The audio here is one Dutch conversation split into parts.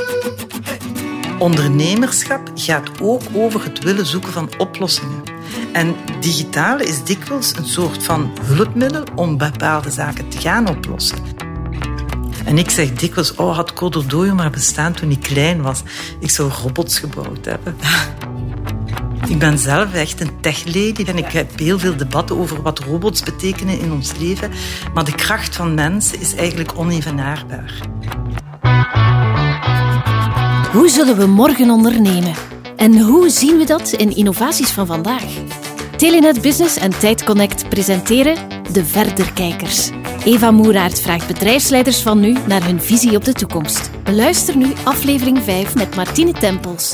Ondernemerschap gaat ook over het willen zoeken van oplossingen. En digitale is dikwijls een soort van hulpmiddel om bepaalde zaken te gaan oplossen. En ik zeg dikwijls, had Coderdojo maar bestaan toen ik klein was. Ik zou robots gebouwd hebben. Ik ben zelf echt een tech-lady en ik heb heel veel debatten over wat robots betekenen in ons leven. Maar de kracht van mensen is eigenlijk onevenaarbaar. Hoe zullen we morgen ondernemen? En hoe zien we dat in innovaties van vandaag? Telenet Business en Tijd Connect presenteren De Verderkijkers. Eva Moeraert vraagt bedrijfsleiders van nu naar hun visie op de toekomst. Beluister nu aflevering 5 met Martine Tempels.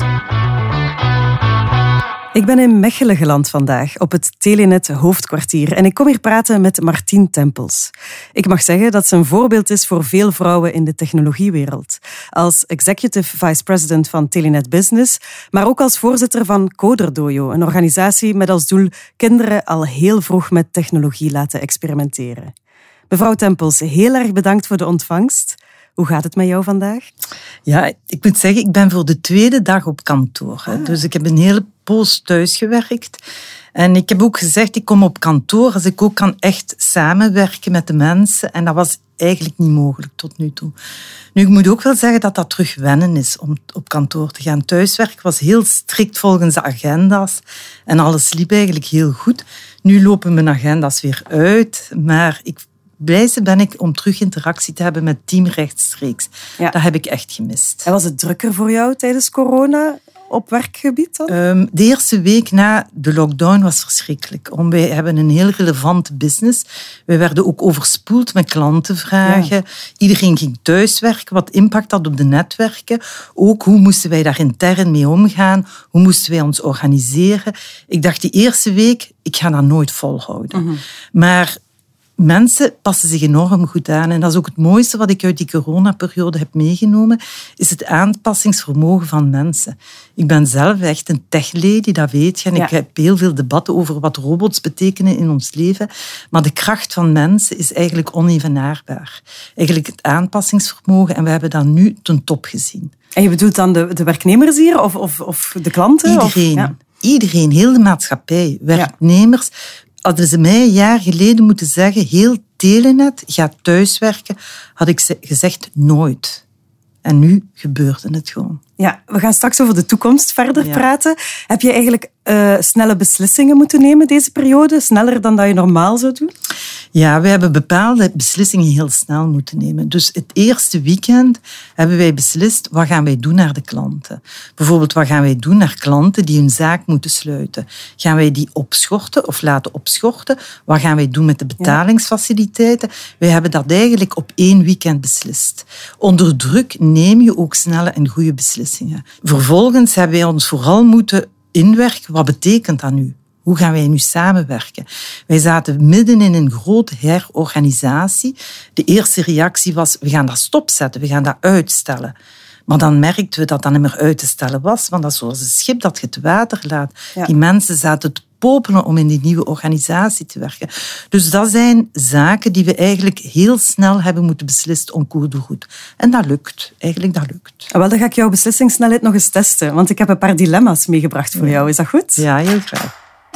Ik ben in Mechelen geland vandaag, op het Telenet hoofdkwartier. En ik kom hier praten met Martine Tempels. Ik mag zeggen dat ze een voorbeeld is voor veel vrouwen in de technologiewereld. Als executive vice president van Telenet Business, maar ook als voorzitter van Coderdojo, een organisatie met als doel kinderen al heel vroeg met technologie laten experimenteren. Mevrouw Tempels, heel erg bedankt voor de ontvangst. Hoe gaat het met jou vandaag? Ja, ik moet zeggen, ik ben voor de tweede dag op kantoor. Dus ik heb een hele poos thuis gewerkt. En ik heb ook gezegd, ik kom op kantoor als ik ook kan echt samenwerken met de mensen. En dat was eigenlijk niet mogelijk tot nu toe. Nu, ik moet ook wel zeggen dat dat terug wennen is om op kantoor te gaan. Thuiswerk was heel strikt volgens de agenda's. En alles liep eigenlijk heel goed. Nu lopen mijn agenda's weer uit. Maar blij ben ik om terug interactie te hebben met het team rechtstreeks. Ja. Dat heb ik echt gemist. En was het drukker voor jou tijdens corona op werkgebied dan? De eerste week na de lockdown was verschrikkelijk. Wij hebben een heel relevante business. We werden ook overspoeld met klantenvragen. Ja. Iedereen ging thuiswerken, wat impact had op de netwerken. Ook hoe moesten wij daar intern mee omgaan? Hoe moesten wij ons organiseren? Ik dacht die eerste week, ik ga dat nooit volhouden. Mm-hmm. Maar mensen passen zich enorm goed aan. En dat is ook het mooiste wat ik uit die coronaperiode heb meegenomen, is het aanpassingsvermogen van mensen. Ik ben zelf echt een tech-lady, dat weet je. En ik heb heel veel debatten over wat robots betekenen in ons leven. Maar de kracht van mensen is eigenlijk onevenaarbaar. Eigenlijk het aanpassingsvermogen. En we hebben dat nu ten top gezien. En je bedoelt dan de werknemers hier of de klanten? Iedereen. Iedereen, heel de maatschappij. Werknemers. Hadden ze mij een jaar geleden moeten zeggen, heel Telenet gaat thuiswerken, had ik gezegd nooit. En nu gebeurde het gewoon. Ja, we gaan straks over de toekomst verder praten. Heb je eigenlijk snelle beslissingen moeten nemen deze periode? Sneller dan dat je normaal zou doen? Ja, we hebben bepaalde beslissingen heel snel moeten nemen. Dus het eerste weekend hebben wij beslist, wat gaan wij doen naar de klanten? Bijvoorbeeld, wat gaan wij doen naar klanten die hun zaak moeten sluiten? Gaan wij die opschorten of laten opschorten? Wat gaan wij doen met de betalingsfaciliteiten? Wij hebben dat eigenlijk op 1 weekend beslist. Onder druk neem je ook snelle en goede beslissingen. Vervolgens hebben wij ons vooral moeten inwerken. Wat betekent dat nu? Hoe gaan wij nu samenwerken? Wij zaten midden in een grote herorganisatie. De eerste reactie was, we gaan dat stopzetten, we gaan dat uitstellen. Maar dan merkten we dat dat niet meer uit te stellen was, want dat is zoals een schip dat je het water laat. Ja. Die mensen zaten te popelen om in die nieuwe organisatie te werken. Dus dat zijn zaken die we eigenlijk heel snel hebben moeten beslissen om Coderdojo. En dat lukt. Eigenlijk, dat lukt. Wel, dan ga ik jouw beslissingssnelheid nog eens testen, want ik heb een paar dilemma's meegebracht voor jou. Is dat goed? Ja, heel graag.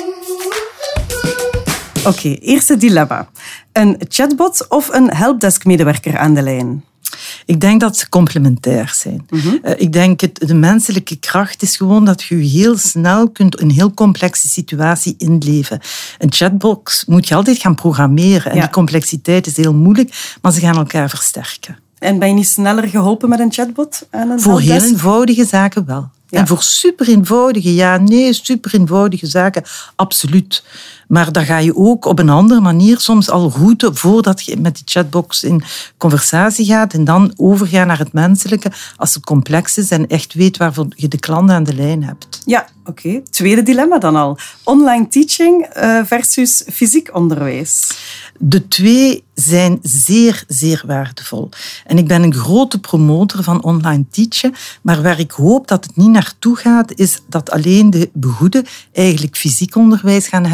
Oké, eerste dilemma. Een chatbot of een helpdesk-medewerker aan de lijn? Ik denk dat ze complementair zijn. Mm-hmm. Ik denk de menselijke kracht is gewoon dat je heel snel kunt een heel complexe situatie inleven. Een chatbot moet je altijd gaan programmeren. En die complexiteit is heel moeilijk, maar ze gaan elkaar versterken. En ben je niet sneller geholpen met een chatbot? Voor heel eenvoudige zaken wel. Ja. En voor super eenvoudige zaken, absoluut. Maar dan ga je ook op een andere manier soms al routen voordat je met die chatbox in conversatie gaat en dan overgaan naar het menselijke als het complex is en echt weet waarvoor je de klant aan de lijn hebt. Ja, oké. Tweede dilemma dan al. Online teaching versus fysiek onderwijs. De twee zijn zeer, zeer waardevol. En ik ben een grote promotor van online teachen, maar waar ik hoop dat het niet naartoe gaat, is dat alleen de begoeden eigenlijk fysiek onderwijs gaan hebben en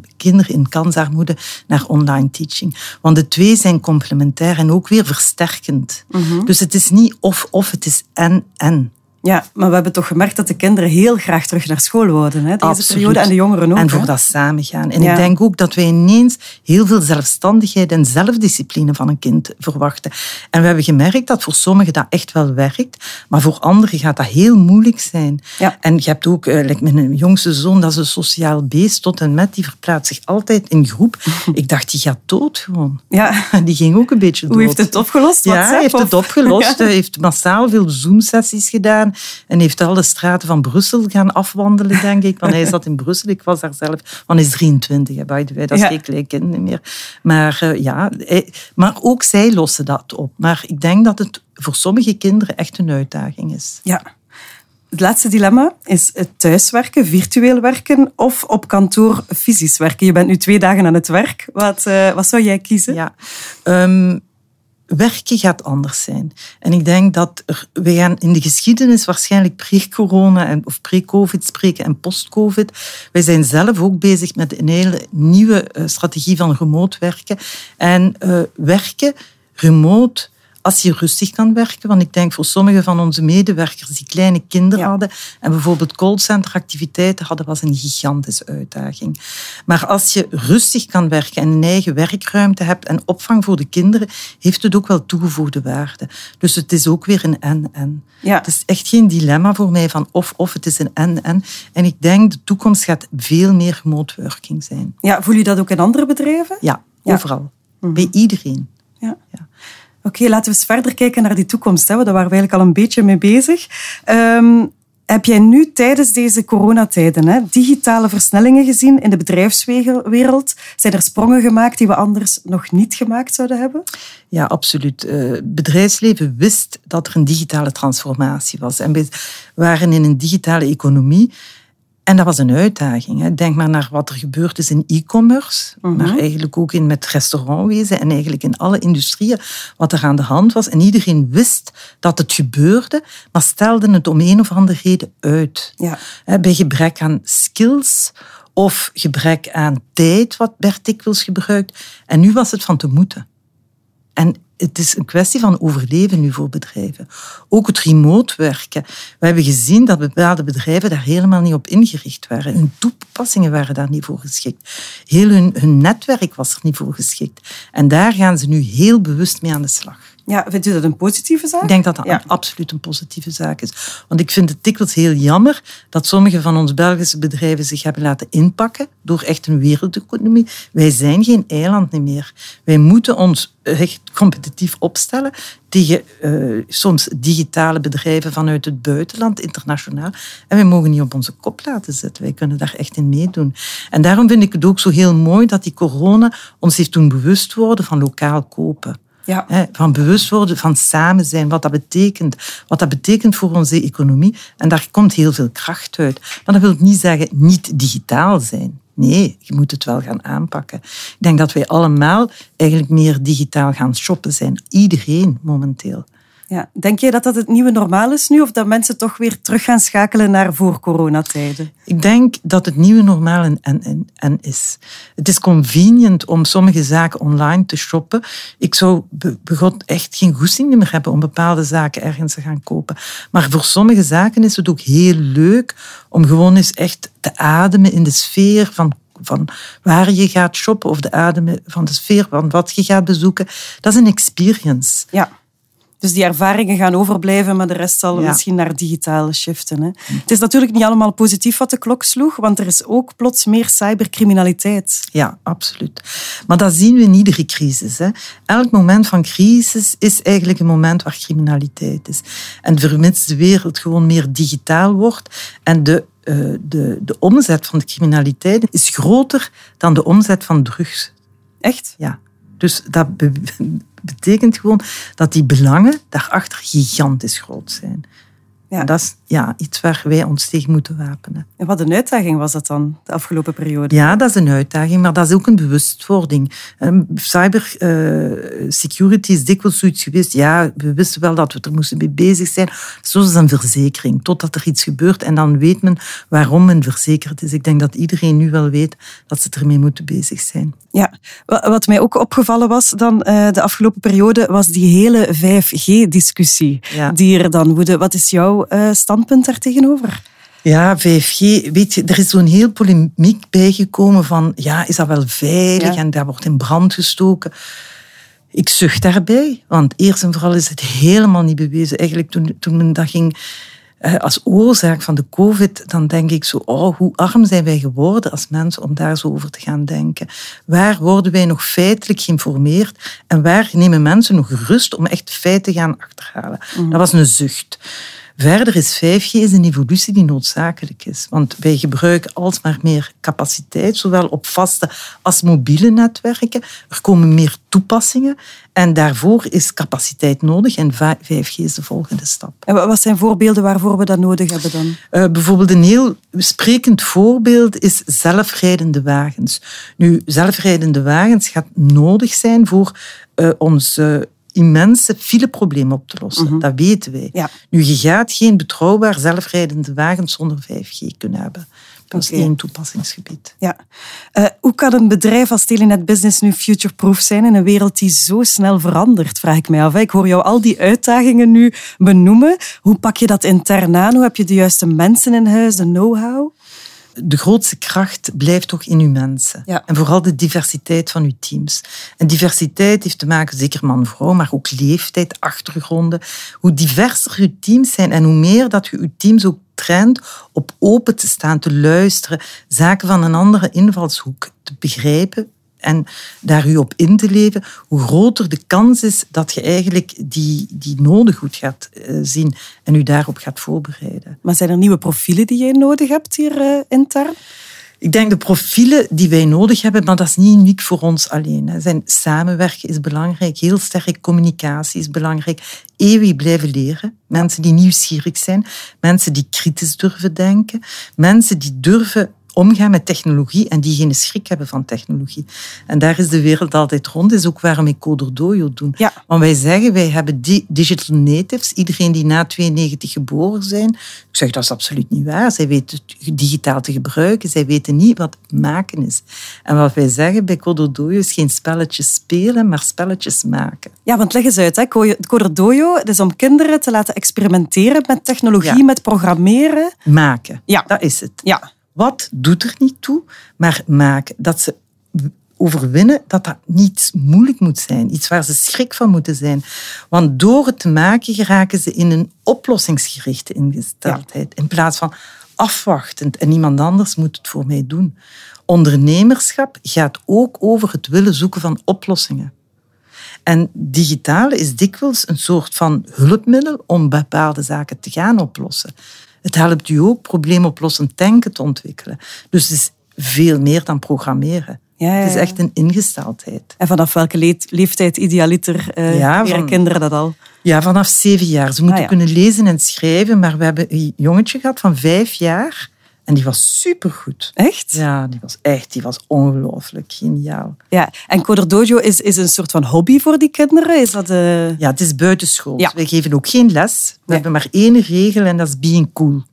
van kinderen in kansarmoede naar online teaching. Want de twee zijn complementair en ook weer versterkend. Dus het is niet of, het is en. Ja, maar we hebben toch gemerkt dat de kinderen heel graag terug naar school wouden, hè, deze periode, en de jongeren ook. En voor dat samengaan. En ik denk ook dat wij ineens heel veel zelfstandigheid en zelfdiscipline van een kind verwachten. En we hebben gemerkt dat voor sommigen dat echt wel werkt, maar voor anderen gaat dat heel moeilijk zijn. Ja. En je hebt ook, mijn jongste zoon, dat is een sociaal beest tot en met, die verplaatst zich altijd in groep. Ik dacht, die gaat dood gewoon. Ja. Die ging ook een beetje dood. Hoe heeft het opgelost? Ja, hij heeft het opgelost. Hij heeft massaal veel Zoom-sessies gedaan. En heeft alle straten van Brussel gaan afwandelen, denk ik. Want hij zat in Brussel, ik was daar zelf. Want hij is 23, by the way, dat is geen klein kind meer. Maar maar ook zij lossen dat op. Maar ik denk dat het voor sommige kinderen echt een uitdaging is. Ja. Het laatste dilemma is het thuiswerken, virtueel werken of op kantoor fysisch werken. Je bent nu 2 dagen aan het werk. Wat zou jij kiezen? Ja, werken gaat anders zijn. En ik denk dat we gaan in de geschiedenis waarschijnlijk pre-corona of pre-covid spreken en post-covid. Wij zijn zelf ook bezig met een hele nieuwe strategie van remote werken. En werken remote, als je rustig kan werken, want ik denk voor sommige van onze medewerkers die kleine kinderen hadden en bijvoorbeeld callcenteractiviteiten hadden, was een gigantische uitdaging. Maar als je rustig kan werken en een eigen werkruimte hebt en opvang voor de kinderen, heeft het ook wel toegevoegde waarde. Dus het is ook weer een en. Ja. Het is echt geen dilemma voor mij van of, het is een en. En ik denk de toekomst gaat veel meer remote working zijn. Ja, voel je dat ook in andere bedrijven? Ja, overal. Bij iedereen. Ja. Oké, laten we eens verder kijken naar die toekomst. Hè. Daar waren we eigenlijk al een beetje mee bezig. Heb jij nu tijdens deze coronatijden digitale versnellingen gezien in de bedrijfswereld? Zijn er sprongen gemaakt die we anders nog niet gemaakt zouden hebben? Ja, absoluut. Het bedrijfsleven wist dat er een digitale transformatie was. En we waren in een digitale economie. En dat was een uitdaging. Denk maar naar wat er gebeurd is in e-commerce, maar eigenlijk ook met restaurantwezen en eigenlijk in alle industrieën wat er aan de hand was. En iedereen wist dat het gebeurde, maar stelde het om een of andere reden uit. Ja. Bij gebrek aan skills of gebrek aan tijd, wat werd dikwijls gebruikt. En nu was het van te moeten. En het is een kwestie van overleven nu voor bedrijven. Ook het remote werken. We hebben gezien dat bepaalde bedrijven daar helemaal niet op ingericht waren. Hun toepassingen waren daar niet voor geschikt. Heel hun netwerk was er niet voor geschikt. En daar gaan ze nu heel bewust mee aan de slag. Ja, vindt u dat een positieve zaak? Ik denk dat dat absoluut een positieve zaak is. Want ik vind het dikwijls heel jammer dat sommige van onze Belgische bedrijven zich hebben laten inpakken door echt een wereldeconomie. Wij zijn geen eiland meer. Wij moeten ons echt competitief opstellen tegen soms digitale bedrijven vanuit het buitenland, internationaal. En wij mogen niet op onze kop laten zitten. Wij kunnen daar echt in meedoen. En daarom vind ik het ook zo heel mooi dat die corona ons heeft doen bewust worden van lokaal kopen. Ja. Van bewust worden van samen zijn, wat dat betekent voor onze economie. En daar komt heel veel kracht uit. Maar dat wil niet zeggen niet digitaal zijn. Nee, je moet het wel gaan aanpakken. Ik denk dat wij allemaal eigenlijk meer digitaal gaan shoppen zijn. Iedereen momenteel. Ja. Denk jij dat dat het nieuwe normaal is nu? Of dat mensen toch weer terug gaan schakelen naar voor-coronatijden? Ik denk dat het nieuwe normaal een is. Het is convenient om sommige zaken online te shoppen. Ik zou begot echt geen goesting meer hebben om bepaalde zaken ergens te gaan kopen. Maar voor sommige zaken is het ook heel leuk om gewoon eens echt te ademen in de sfeer van waar je gaat shoppen of de ademen van de sfeer van wat je gaat bezoeken. Dat is een experience. Ja. Dus die ervaringen gaan overblijven, maar de rest zal misschien naar digitaal shiften. Hè. Het is natuurlijk niet allemaal positief wat de klok sloeg, want er is ook plots meer cybercriminaliteit. Ja, absoluut. Maar dat zien we in iedere crisis. Hè. Elk moment van crisis is eigenlijk een moment waar criminaliteit is. En vermits de wereld gewoon meer digitaal wordt en de omzet van de criminaliteit is groter dan de omzet van drugs. Echt? Ja. Dus dat betekent gewoon dat die belangen daarachter gigantisch groot zijn. Ja. iets waar wij ons tegen moeten wapenen. En wat een uitdaging was dat dan, de afgelopen periode? Ja, dat is een uitdaging, maar dat is ook een bewustwording. Cybersecurity is dikwijls zoiets geweest. Ja, we wisten wel dat we er moesten mee bezig zijn. Zoals een verzekering, totdat er iets gebeurt en dan weet men waarom men verzekerd is. Ik denk dat iedereen nu wel weet dat ze ermee moeten bezig zijn. Ja, wat mij ook opgevallen was dan de afgelopen periode, was die hele 5G-discussie die er dan woedde. Wat is jouw standpunt daar tegenover? Ja, 5G, weet je, er is zo'n heel polemiek bijgekomen van, ja, is dat wel veilig? Ja. En dat wordt in brand gestoken. Ik zucht daarbij, want eerst en vooral is het helemaal niet bewezen. Eigenlijk toen men dat ging als oorzaak van de COVID, dan denk ik zo, hoe arm zijn wij geworden als mensen om daar zo over te gaan denken. Waar worden wij nog feitelijk geïnformeerd en waar nemen mensen nog rust om echt feiten te gaan achterhalen? Dat was een zucht. Verder is 5G een evolutie die noodzakelijk is. Want wij gebruiken alsmaar meer capaciteit, zowel op vaste als mobiele netwerken. Er komen meer toepassingen en daarvoor is capaciteit nodig. En 5G is de volgende stap. En wat zijn voorbeelden waarvoor we dat nodig hebben dan? Bijvoorbeeld een heel sprekend voorbeeld is zelfrijdende wagens. Nu, zelfrijdende wagens gaat nodig zijn voor ons immense fileprobleem op te lossen. Dat weten wij. Ja. Nu, je gaat geen betrouwbaar zelfrijdende wagens zonder 5G kunnen hebben. Dat is één toepassingsgebied. Ja. Hoe kan een bedrijf als Telenet Business nu future-proof zijn in een wereld die zo snel verandert, vraag ik mij af. Ik hoor jou al die uitdagingen nu benoemen. Hoe pak je dat intern aan? Hoe heb je de juiste mensen in huis, de know-how? De grootste kracht blijft toch in uw mensen. Ja. En vooral de diversiteit van uw teams. En diversiteit heeft te maken, zeker man-vrouw, maar ook leeftijd, achtergronden. Hoe diverser uw teams zijn en hoe meer dat je uw teams ook traint op open te staan, te luisteren, zaken van een andere invalshoek te begrijpen en daar u op in te leven, hoe groter de kans is dat je eigenlijk die noden goed gaat zien en u daarop gaat voorbereiden. Maar zijn er nieuwe profielen die je nodig hebt hier intern? Ik denk de profielen die wij nodig hebben, maar dat is niet uniek voor ons alleen. Samenwerken is belangrijk, heel sterk communicatie is belangrijk, eeuwig blijven leren. Mensen die nieuwsgierig zijn, mensen die kritisch durven denken, mensen die durven omgaan met technologie en die geen schrik hebben van technologie. En daar is de wereld altijd rond. Dat is ook waarom ik Coderdojo doe. Ja. Want wij zeggen, wij hebben digital natives, iedereen die na 92 geboren zijn. Ik zeg, dat is absoluut niet waar. Zij weten het digitaal te gebruiken. Zij weten niet wat maken is. En wat wij zeggen bij Coderdojo is geen spelletjes spelen, maar spelletjes maken. Ja, want leg eens uit. Hè. Coderdojo, het is om kinderen te laten experimenteren met technologie, met programmeren. Maken, dat is het. Ja. Wat doet er niet toe, maar maken. Dat ze overwinnen dat niet moeilijk moet zijn. Iets waar ze schrik van moeten zijn. Want door het te maken geraken ze in een oplossingsgerichte ingesteldheid. In plaats van afwachtend en iemand anders moet het voor mij doen. Ondernemerschap gaat ook over het willen zoeken van oplossingen. En digitale is dikwijls een soort van hulpmiddel om bepaalde zaken te gaan oplossen. Het helpt u ook probleemoplossend denken te ontwikkelen. Dus het is veel meer dan programmeren. Ja. Het is echt een ingesteldheid. En vanaf welke leeftijd idealiter leren kinderen dat al? Ja, vanaf 7 jaar. Ze moeten kunnen lezen en schrijven, maar we hebben een jongetje gehad van 5 jaar en die was supergoed. Echt? Ja, die was ongelooflijk geniaal. Ja, en Coderdojo is een soort van hobby voor die kinderen? Is dat Ja, het is buitenschool. Ja. Wij geven ook geen les. We hebben maar 1 regel en dat is being cool.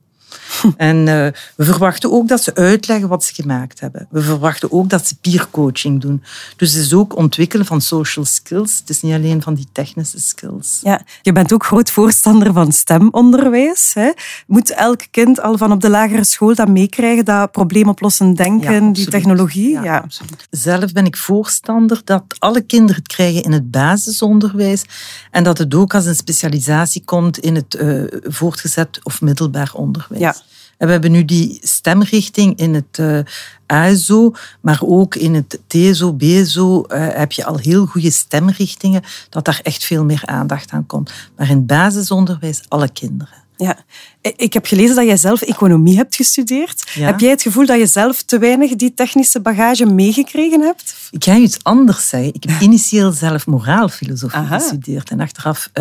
En we verwachten ook dat ze uitleggen wat ze gemaakt hebben. We verwachten ook dat ze peercoaching doen. Dus het is ook ontwikkelen van social skills. Het is niet alleen van die technische skills. Ja, je bent ook groot voorstander van STEM-onderwijs. Hè? Moet elk kind al van op de lagere school dat meekrijgen, dat probleemoplossend denken, die technologie? Ja, absoluut. Zelf ben ik voorstander dat alle kinderen het krijgen in het basisonderwijs en dat het ook als een specialisatie komt in het voortgezet of middelbaar onderwijs. Ja. En we hebben nu die stemrichting in het ASO, maar ook in het TSO, BSO heb je al heel goede stemrichtingen, dat daar echt veel meer aandacht aan komt. Maar in het basisonderwijs alle kinderen. Ja. Ik heb gelezen dat jij zelf economie hebt gestudeerd. Ja. Heb jij het gevoel dat je zelf te weinig die technische bagage meegekregen hebt? Ik ga je iets anders zeggen. Ik heb initieel zelf moraalfilosofie gestudeerd en achteraf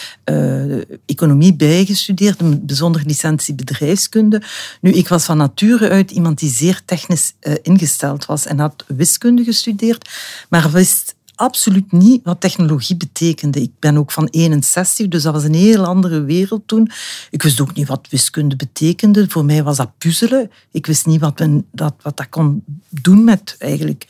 economie bijgestudeerd, een bijzondere licentie bedrijfskunde. Nu, ik was van nature uit iemand die zeer technisch ingesteld was en had wiskunde gestudeerd, maar wist absoluut niet wat technologie betekende. Ik ben ook van 61, dus dat was een heel andere wereld toen. Ik wist ook niet wat wiskunde betekende. Voor mij was dat puzzelen. Ik wist niet wat dat kon doen met eigenlijk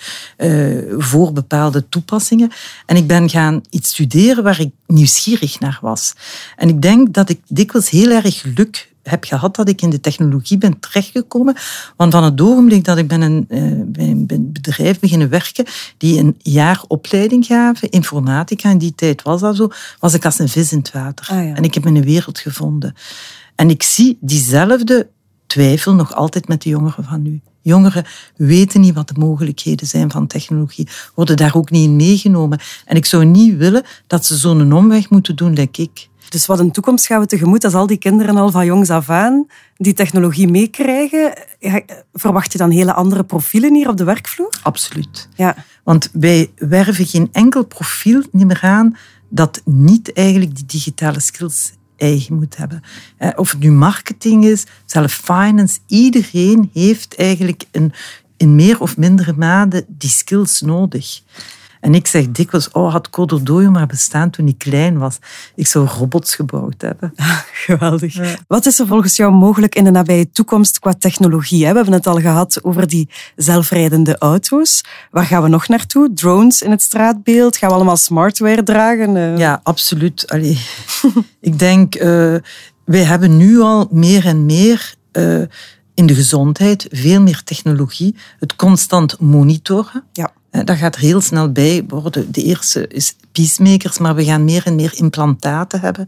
voor bepaalde toepassingen. En ik ben gaan iets studeren waar ik nieuwsgierig naar was. En ik denk dat ik dikwijls heel erg geluk heb gehad dat ik in de technologie ben terechtgekomen. Want van het ogenblik dat ik bij een bedrijf beginnen werken die een jaar opleiding gaven, informatica, in die tijd was dat zo, was ik als een vis in het water. En ik heb mijn wereld gevonden. En ik zie diezelfde twijfel nog altijd met de jongeren van nu. Jongeren weten niet wat de mogelijkheden zijn van technologie, worden daar ook niet in meegenomen. En ik zou niet willen dat ze zo'n omweg moeten doen, like ik. Dus wat een toekomst gaan we tegemoet als al die kinderen al van jongs af aan die technologie meekrijgen? Verwacht je dan hele andere profielen hier op de werkvloer? Absoluut. Ja. Want wij werven geen enkel profiel meer aan dat niet eigenlijk die digitale skills eigen moet hebben. Of het nu marketing is, zelfs finance, iedereen heeft eigenlijk in meer of mindere mate die skills nodig. En ik zeg dikwijls, had Coder Dojo maar bestaan toen ik klein was. Ik zou robots gebouwd hebben. Geweldig. Ja. Wat is er volgens jou mogelijk in de nabije toekomst qua technologie? We hebben het al gehad over die zelfrijdende auto's. Waar gaan we nog naartoe? Drones in het straatbeeld? Gaan we allemaal smartware dragen? Ja, absoluut. Allee. Ik denk, wij hebben nu al meer en meer in de gezondheid veel meer technologie. Het constant monitoren. Ja. Dat gaat er heel snel bij worden. De eerste is pacemakers, maar we gaan meer en meer implantaten hebben.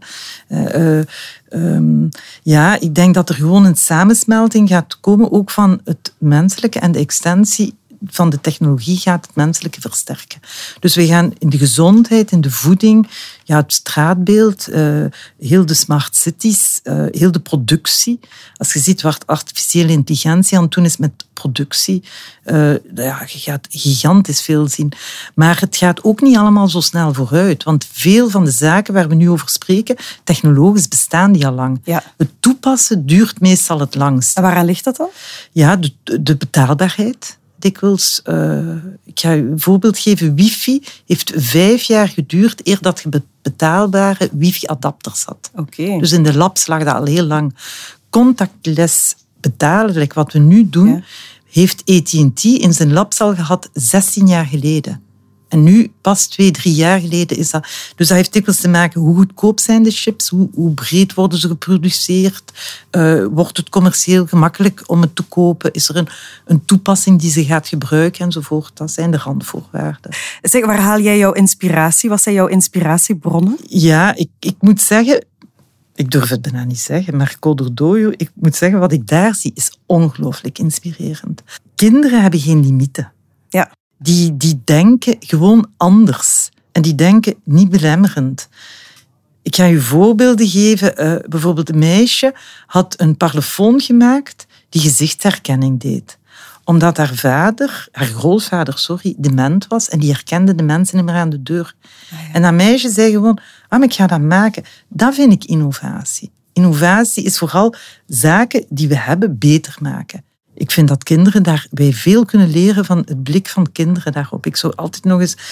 Ik denk dat er gewoon een samensmelting gaat komen, ook van het menselijke en de extensie van de technologie gaat het menselijke versterken. Dus we gaan in de gezondheid, in de voeding, het straatbeeld, heel de smart cities, heel de productie. Als je ziet waar artificiële intelligentie aan het doen is met productie, je gaat gigantisch veel zien. Maar het gaat ook niet allemaal zo snel vooruit, want veel van de zaken waar we nu over spreken, technologisch bestaan die al lang. Ja. Het toepassen duurt meestal het langst. En waaraan ligt dat dan? Ja, de betaalbaarheid. Dikwijls, ik ga je een voorbeeld geven, wifi heeft 5 jaar geduurd eer dat je betaalbare wifi-adapters had. Okay. Dus in de labs lag dat al heel lang. Contactless betalen, like wat we nu doen, heeft AT&T in zijn labs al gehad 16 jaar geleden. En nu, pas 2-3 jaar geleden is dat. Dus dat heeft dikwijls te maken hoe goedkoop zijn de chips, hoe breed worden ze geproduceerd, wordt het commercieel gemakkelijk om het te kopen, is er een toepassing die ze gaat gebruiken enzovoort. Dat zijn de randvoorwaarden. Zeg, waar haal jij jouw inspiratie? Wat zijn jouw inspiratiebronnen? Ja, ik moet zeggen, ik durf het bijna niet zeggen, maar Coder Dojo, ik moet zeggen, wat ik daar zie, is ongelooflijk inspirerend. Kinderen hebben geen limieten. Ja. Die denken gewoon anders. En die denken niet belemmerend. Ik ga je voorbeelden geven. Bijvoorbeeld een meisje had een parlofoon gemaakt die gezichtsherkenning deed. Omdat haar grootvader, dement was en die herkende de mensen niet meer aan de deur. Ah, ja. En dat meisje zei gewoon, maar ik ga dat maken. Dat vind ik innovatie. Innovatie is vooral zaken die we hebben beter maken. Ik vind dat kinderen daarbij veel kunnen leren van het blik van kinderen daarop. Ik zou altijd nog eens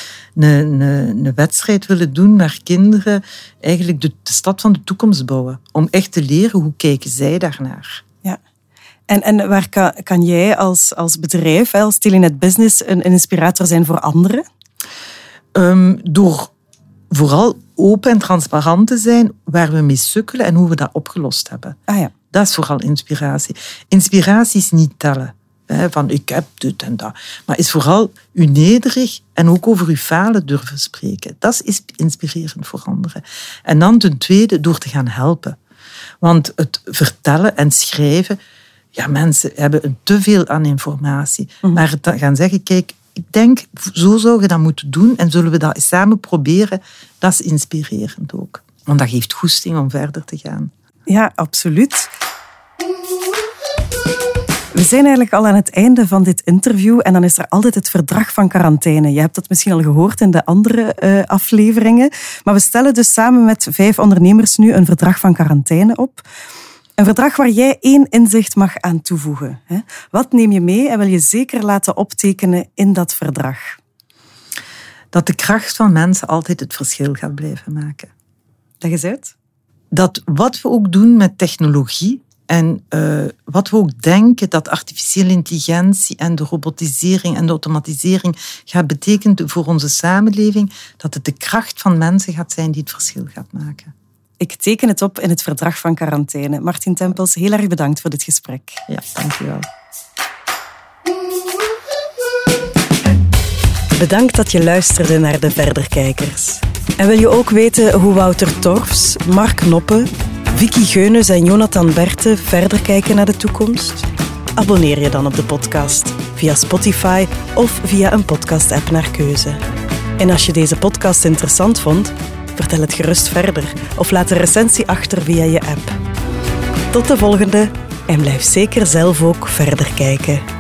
een wedstrijd willen doen waar kinderen eigenlijk de stad van de toekomst bouwen. Om echt te leren hoe kijken zij daarnaar. Ja. En waar kan jij als bedrijf, als Telenet Business, een inspirator zijn voor anderen? Door vooral open en transparant te zijn waar we mee sukkelen en hoe we dat opgelost hebben. Ah ja. Dat is vooral inspiratie. Inspiratie is niet tellen. Van ik heb dit en dat. Maar is vooral u nederig en ook over uw falen durven spreken. Dat is inspirerend voor anderen. En dan ten tweede door te gaan helpen. Want het vertellen en schrijven, mensen hebben te veel aan informatie. Maar het gaan zeggen, kijk, ik denk, zo zou je dat moeten doen en zullen we dat samen proberen, dat is inspirerend ook. Want dat geeft goesting om verder te gaan. Ja, absoluut. We zijn eigenlijk al aan het einde van dit interview en dan is er altijd het verdrag van quarantaine. Je hebt dat misschien al gehoord in de andere afleveringen. Maar we stellen dus samen met 5 ondernemers nu een verdrag van quarantaine op. Een verdrag waar jij 1 inzicht mag aan toevoegen. Wat neem je mee en wil je zeker laten optekenen in dat verdrag? Dat de kracht van mensen altijd het verschil gaat blijven maken. Leg eens uit. Dat wat we ook doen met technologie en wat we ook denken dat artificiële intelligentie en de robotisering en de automatisering gaat betekenen voor onze samenleving, dat het de kracht van mensen gaat zijn die het verschil gaat maken. Ik teken het op in het verdrag van quarantaine. Martin Tempels, heel erg bedankt voor dit gesprek. Ja, dankjewel. Bedankt dat je luisterde naar de Verderkijkers. En wil je ook weten hoe Wouter Torfs, Mark Noppe, Vicky Geunus en Jonathan Berthe verder kijken naar de toekomst? Abonneer je dan op de podcast via Spotify of via een podcast-app naar keuze. En als je deze podcast interessant vond, vertel het gerust verder of laat een recensie achter via je app. Tot de volgende en blijf zeker zelf ook verder kijken.